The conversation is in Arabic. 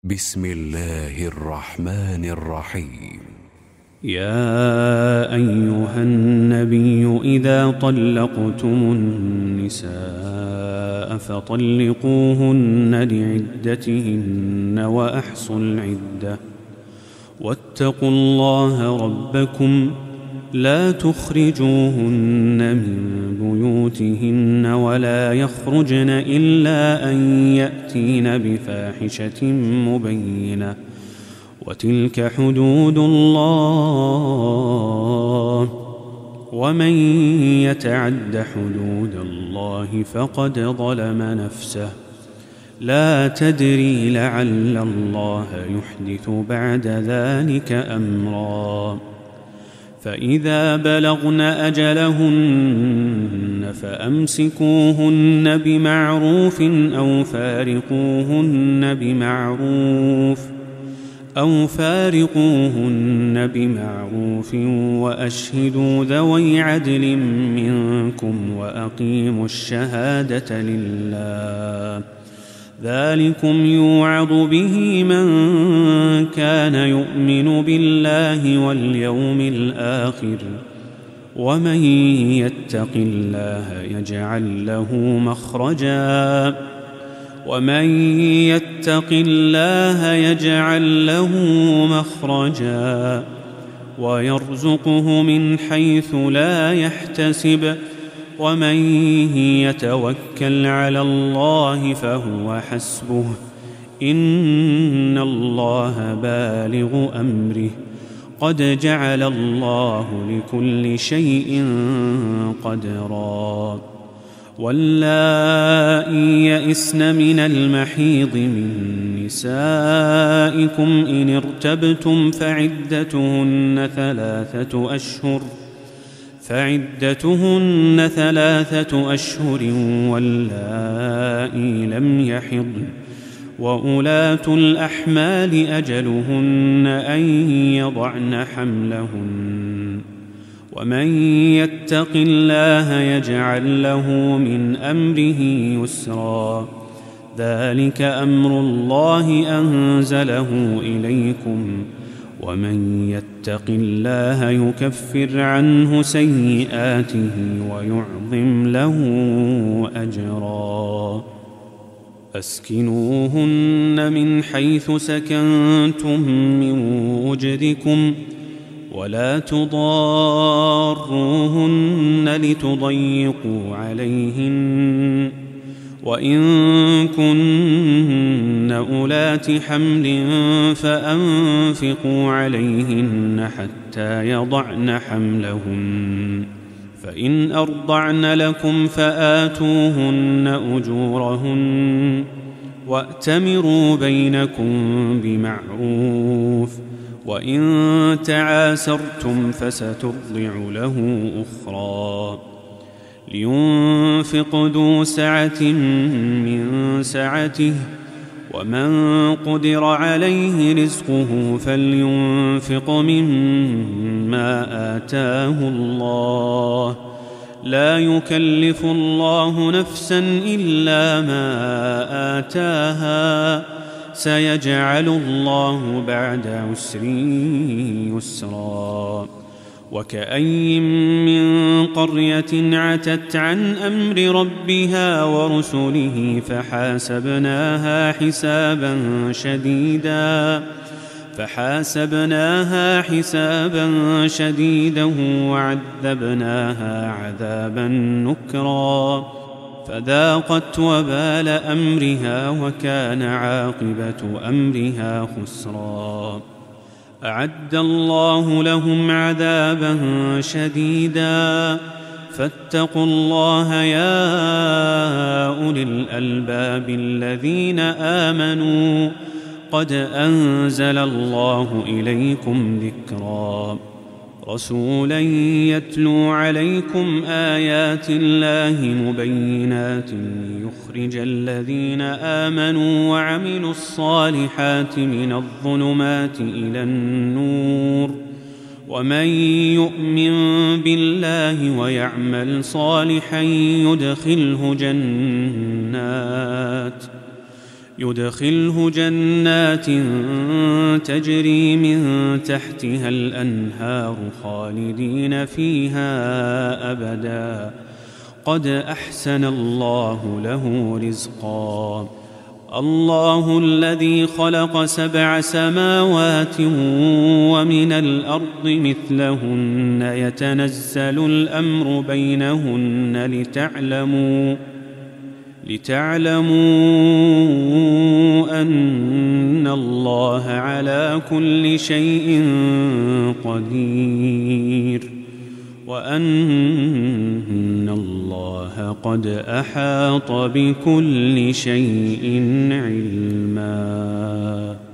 بسم الله الرحمن الرحيم. يا أيها النبي إذا طلقتم النساء فطلقوهن لعدتهن وأحصوا العدة واتقوا الله ربكم لا تخرجوهن من بيوتهن ولا يخرجن إلا أن يأتين بفاحشة مبينة وتلك حدود الله ومن يتعد حدود الله فقد ظلم نفسه لا تدري لعل الله يحدث بعد ذلك أمرا فإذا بلغن أجلهن فأمسكوهن بمعروف أو فارقوهن بمعروف وأشهدوا ذوي عدل منكم وأقيموا الشهادة لله ذلكم يوعظ به من كان يؤمن بالله واليوم الآخر ومن يتق الله يجعل له مخرجا ويرزقه من حيث لا يحتسب ومن يتوكل على الله فهو حسبه إن الله بالغ أمره قد جعل الله لكل شيء قدرا واللائي يئسن من المحيض من نسائكم إن ارتبتم فعدتهن 3 أشهر واللائي لم يحضن وأولاة الأحمال أجلهن أن يضعن حملهن ومن يتق الله يجعل له من أمره يسرا ذلك أمر الله أنزله إليكم ومن يتق الله يكفر عنه سيئاته ويعظم له أجرا أسكنوهن من حيث سكنتم من وجدكم ولا تضاروهن لتضيقوا عليهن وإن كن أولات حمل فأنفقوا عليهن حتى يضعن حملهن فإن أرضعن لكم فآتوهن أجورهن وأتمروا بينكم بمعروف وإن تعاسرتم فسترضع له أخرى لينفق ذو سعة من سعته ومن قدر عليه رزقه فلينفق مما آتاه الله لا يكلف الله نفسا إلا ما آتاها سيجعل الله بعد عسر يسرا وكأي من قرية عتت عن أمر ربها ورسله فحاسبناها حسابا شديدا وعذبناها عذابا نكرا فذاقت وبال أمرها وكان عاقبة أمرها خسرا أعد الله لهم عذابا شديدا فاتقوا الله يا أولي الألباب الذين آمنوا قد أنزل الله إليكم ذكرا رسولا يتلو عليكم آيات الله مبينات ليخرج الذين آمنوا وعملوا الصالحات من الظلمات إلى النور ومن يؤمن بالله ويعمل صالحا يدخله جنات تجري من تحتها الأنهار خالدين فيها أبدا قد أحسن الله له رزقا الله الذي خلق 7 سماوات ومن الأرض مثلهن يتنزل الأمر بينهن لتعلموا أن الله على كل شيء قدير وأن الله قد أحاط بكل شيء علما.